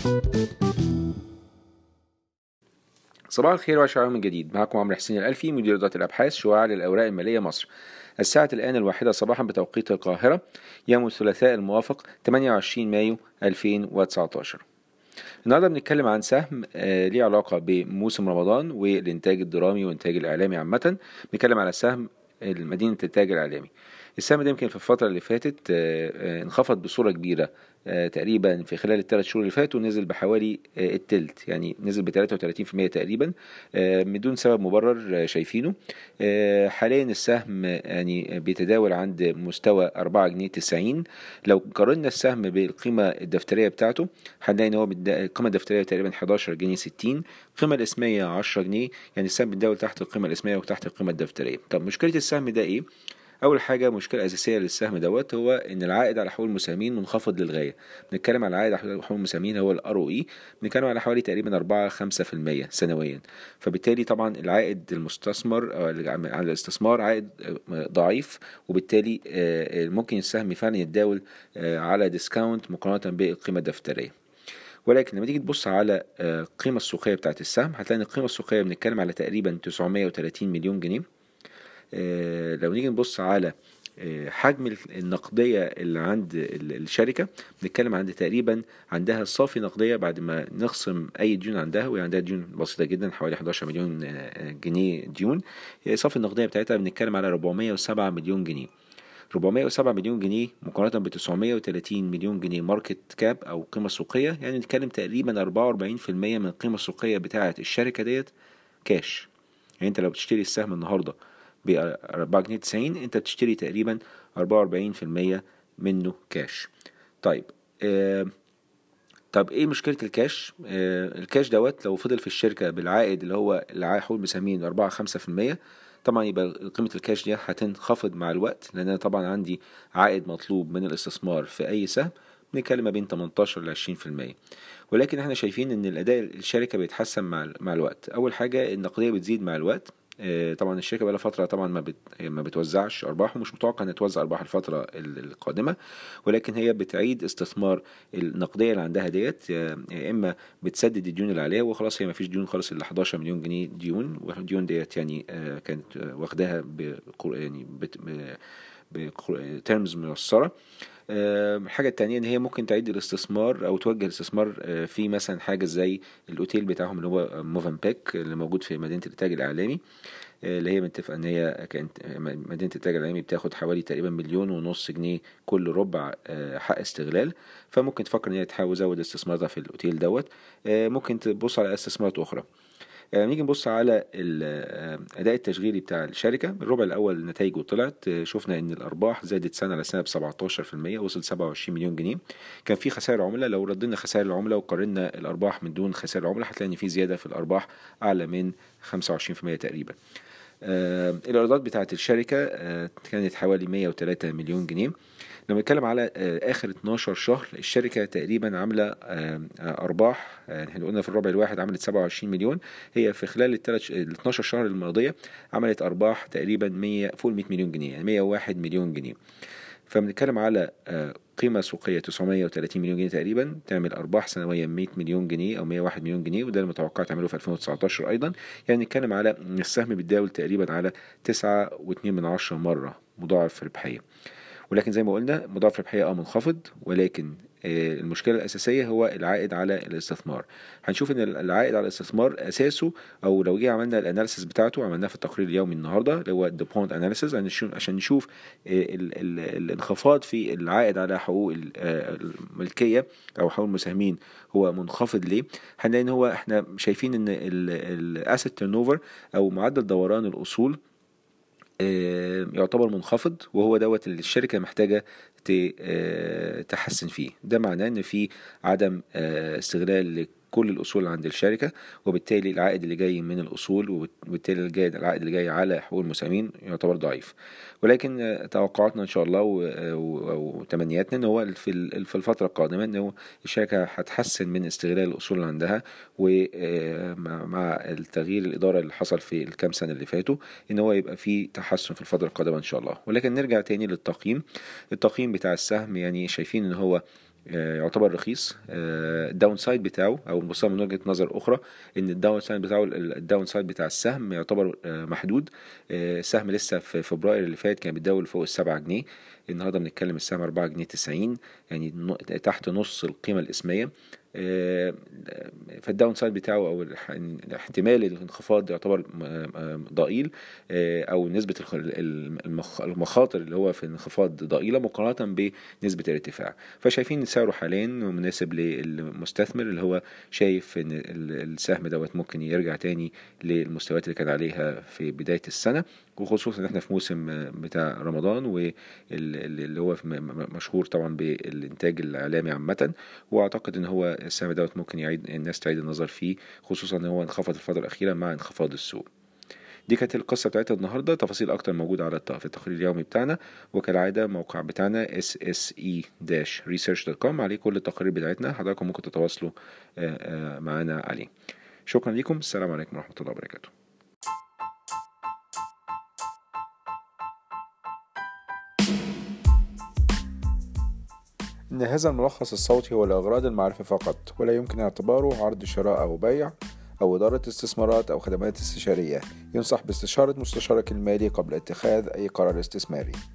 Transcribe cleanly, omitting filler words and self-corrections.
صباح الخير وعشرة يوم جديد. معكم عمرو حسين الألفي، مدير إدارة الأبحاث شعاع للأوراق المالية مصر. الساعة الآن 1 صباحا بتوقيت القاهرة، يوم الثلاثاء الموافق 28 مايو 2019. النهارده بنتكلم عن سهم ليه علاقة بموسم رمضان والإنتاج الدرامي والإنتاج الإعلامي عامة. بنتكلم على سهم مدينة الإنتاج الإعلامي. السهم ده يمكن في الفترة اللي فاتت انخفض بصورة كبيرة، تقريبا في خلال الثلاث شهور اللي فاتوا نزل بحوالي التلت، يعني نزل ب 33% تقريبا من دون سبب مبرر شايفينه. حاليا السهم يعني بيتداول عند مستوى 4 جنيه 90. لو قارنا السهم بالقيمة الدفترية بتاعته هنلاقي ان هو القيمة الدفترية تقريبا 11 جنيه 60، القيمة الاسمية 10 جنيه، يعني السهم بيتداول تحت القيمة الاسمية وتحت القيمة الدفترية. طب مشكلة السهم ده ايه؟ اول حاجه مشكله اساسيه للسهم دوت هو ان العائد على حقوق المساهمين منخفض للغايه. بنتكلم على العائد على حقوق المساهمين هو الار او اي، بنتكلم على حوالي تقريبا 4-5% سنويا. فبالتالي طبعا العائد المستثمر أو على الاستثمار عائد ضعيف، وبالتالي ممكن السهم فعلا يتداول على ديسكاونت مقارنه بالقيمه الدفتريه. ولكن لما تيجي تبص على القيمه السوقيه بتاعت السهم هتلاقي ان القيمه السوقيه بنتكلم على تقريبا 930 مليون جنيه. لو نيجي نبص على حجم النقدية اللي عند الشركة بنتكلم عند تقريبا عندها صافي نقدية بعد ما نخصم أي ديون عندها، وهي عندها ديون بسيطة جدا حوالي 11 مليون جنيه ديون. صافي النقدية بتاعتها بنتكلم على 407 مليون جنيه. 407 مليون جنيه مقارنة ب 930 مليون جنيه ماركت كاب أو قيمة سوقية، يعني نتكلم تقريبا 44% من القيمة السوقية بتاعة الشركة ديت كاش. يعني انت لو بتشتري السهم النهارده ب 4 جنيه 90 انت بتشتري تقريبا 44% منه كاش. طيب طب ايه مشكلة الكاش؟ الكاش دوت لو فضل في الشركة بالعائد اللي هو العائد حقوق المساهمين 4-5%، طبعا يبقى قيمة الكاش دي هتنخفض مع الوقت، لان انا طبعا عندي عائد مطلوب من الاستثمار في اي سهم بنتكلم ما بين 18-20%. ولكن احنا شايفين ان الاداء الشركة بيتحسن مع الوقت. اول حاجة النقدية بتزيد مع الوقت. طبعا الشركه بقى فتره طبعا ما بتوزعش ارباح، ومش متوقع انها توزع ارباح الفتره القادمه، ولكن هي بتعيد استثمار النقديه اللي عندها ديت، يا اما بتسدد الديون اللي عليها وخلاص هي ما فيش ديون خالص الا 11 مليون جنيه ديون، والديون ديت يعني كانت واخداها يعني بترمز منصره. الحاجة التانية ان هي ممكن تعيد الاستثمار او توجه الاستثمار في مثلا حاجة زي الاوتيل بتاعهم اللي هو موفنبيك اللي موجود في مدينة الانتاج الاعلامي، اللي هي متفقة ان هي كانت مدينة الانتاج الاعلامي بتاخد حوالي تقريبا 1.5 مليون جنيه كل ربع حق استغلال. فممكن تفكر ان هي تحاول تزود استثماراتها في الاوتيل دوت. ممكن تبص على استثمارات اخرى. نيجي نبص على الأداء التشغيلي بتاع الشركة. الربع الأول نتائجه طلعت، شفنا إن الأرباح زادت سنة على سنة ب17%، وصل 27 مليون جنيه. كان في خسائر عملة، لو ردينا خسائر العملة وقارنا الأرباح من دون خسائر العملة هتلاقي إن في زيادة في الأرباح أعلى من 25% تقريبا. الإيرادات بتاعت الشركة كانت حوالي 103 مليون جنيه. لما نتكلم على اخر 12 شهر الشركه تقريبا عامله ارباح، احنا قلنا في الربع الواحد عملت 27 مليون، هي في خلال ال 12 شهر الماضيه عملت ارباح تقريبا 100 فوق 100 مليون جنيه، يعني 101 مليون جنيه. فبنتكلم على قيمة سوقية 930 مليون جنيه تقريبا، تعمل أرباح سنويا 100 مليون جنيه أو 101 مليون جنيه، وده المتوقع تعمله في 2019 أيضا. يعني نتكلم على إن السهم بيتداول تقريبا على 9.2 مرة مضاعف ربحية. ولكن زي ما قلنا مضاعف ربحية منخفض، ولكن المشكلة الأساسية هو العائد على الاستثمار. هنشوف ان العائد على الاستثمار أساسه، أو لو جه عملنا الأناليسيس بتاعته عملناه في التقرير اليومي النهاردة اللي هو الدوبونت أناليسيس، عشان نشوف الانخفاض في العائد على حقوق الملكية أو حقوق المساهمين هو منخفض ليه. هنلاقي ان هو احنا شايفين ان الاسيت تيرن اوفر أو معدل دوران الأصول يعتبر منخفض، وهو دوت اللي الشركة محتاجة تحسن فيه. ده معناه ان في عدم استغلال كل الأصول عند الشركة، وبالتالي العائد اللي جاي من الأصول وبالتالي العائد اللي جاي على حقوق المساهمين يعتبر ضعيف. ولكن توقعاتنا إن شاء الله وتمنياتنا إن هو في الفترة القادمة إن هو الشركة هتحسن من استغلال الأصول اللي عندها، ومع التغيير الإدارة اللي حصل في الكام سنة اللي فاتوا إن هو يبقى في تحسن في الفترة القادمة إن شاء الله. ولكن نرجع تاني للتقييم. التقييم بتاع السهم يعني شايفين إن هو يعتبر رخيص. الداون سايد بتاعه او بصوا من وجهة نظر اخرى ان الداون سايد بتاع السهم يعتبر محدود. السهم لسه في فبراير اللي فات كان بيتداول فوق ال7 جنيه، النهارده بنتكلم السهم 4 جنيه 90، يعني تحت نص القيمة الاسمية. فالداون سايد بتاعه او احتمال الانخفاض يعتبر ضئيل، او نسبة المخاطر اللي هو في الانخفاض ضئيلة مقارنة بنسبة الارتفاع. فشايفين ان سعره حاليا مناسب للمستثمر اللي هو شايف ان السهم دوت ممكن يرجع تاني للمستويات اللي كان عليها في بداية السنة، وخصوصا ان احنا في موسم بتاع رمضان واللي هو مشهور طبعا بالانتاج الاعلامي عامة. واعتقد ان هو السهم دوت ممكن الناس تعيد النظر فيه، خصوصا ان هو انخفض الفترة الأخيرة مع انخفاض السوق. دي كانت القصة بتاعتنا النهاردة. تفاصيل أكتر موجودة على في التقرير اليومي بتاعنا، وكالعادة موقع بتاعنا sse-research.com عليه كل التقارير بتاعتنا، حضراتكم ممكن تتواصلوا معنا عليه. شكرا لكم، السلام عليكم ورحمة الله وبركاته. إن هذا الملخص الصوتي هو لأغراض المعرفة فقط، ولا يمكن اعتباره عرض شراء أو بيع أو إدارة استثمارات أو خدمات استشارية. ينصح باستشارة مستشارك المالي قبل اتخاذ أي قرار استثماري.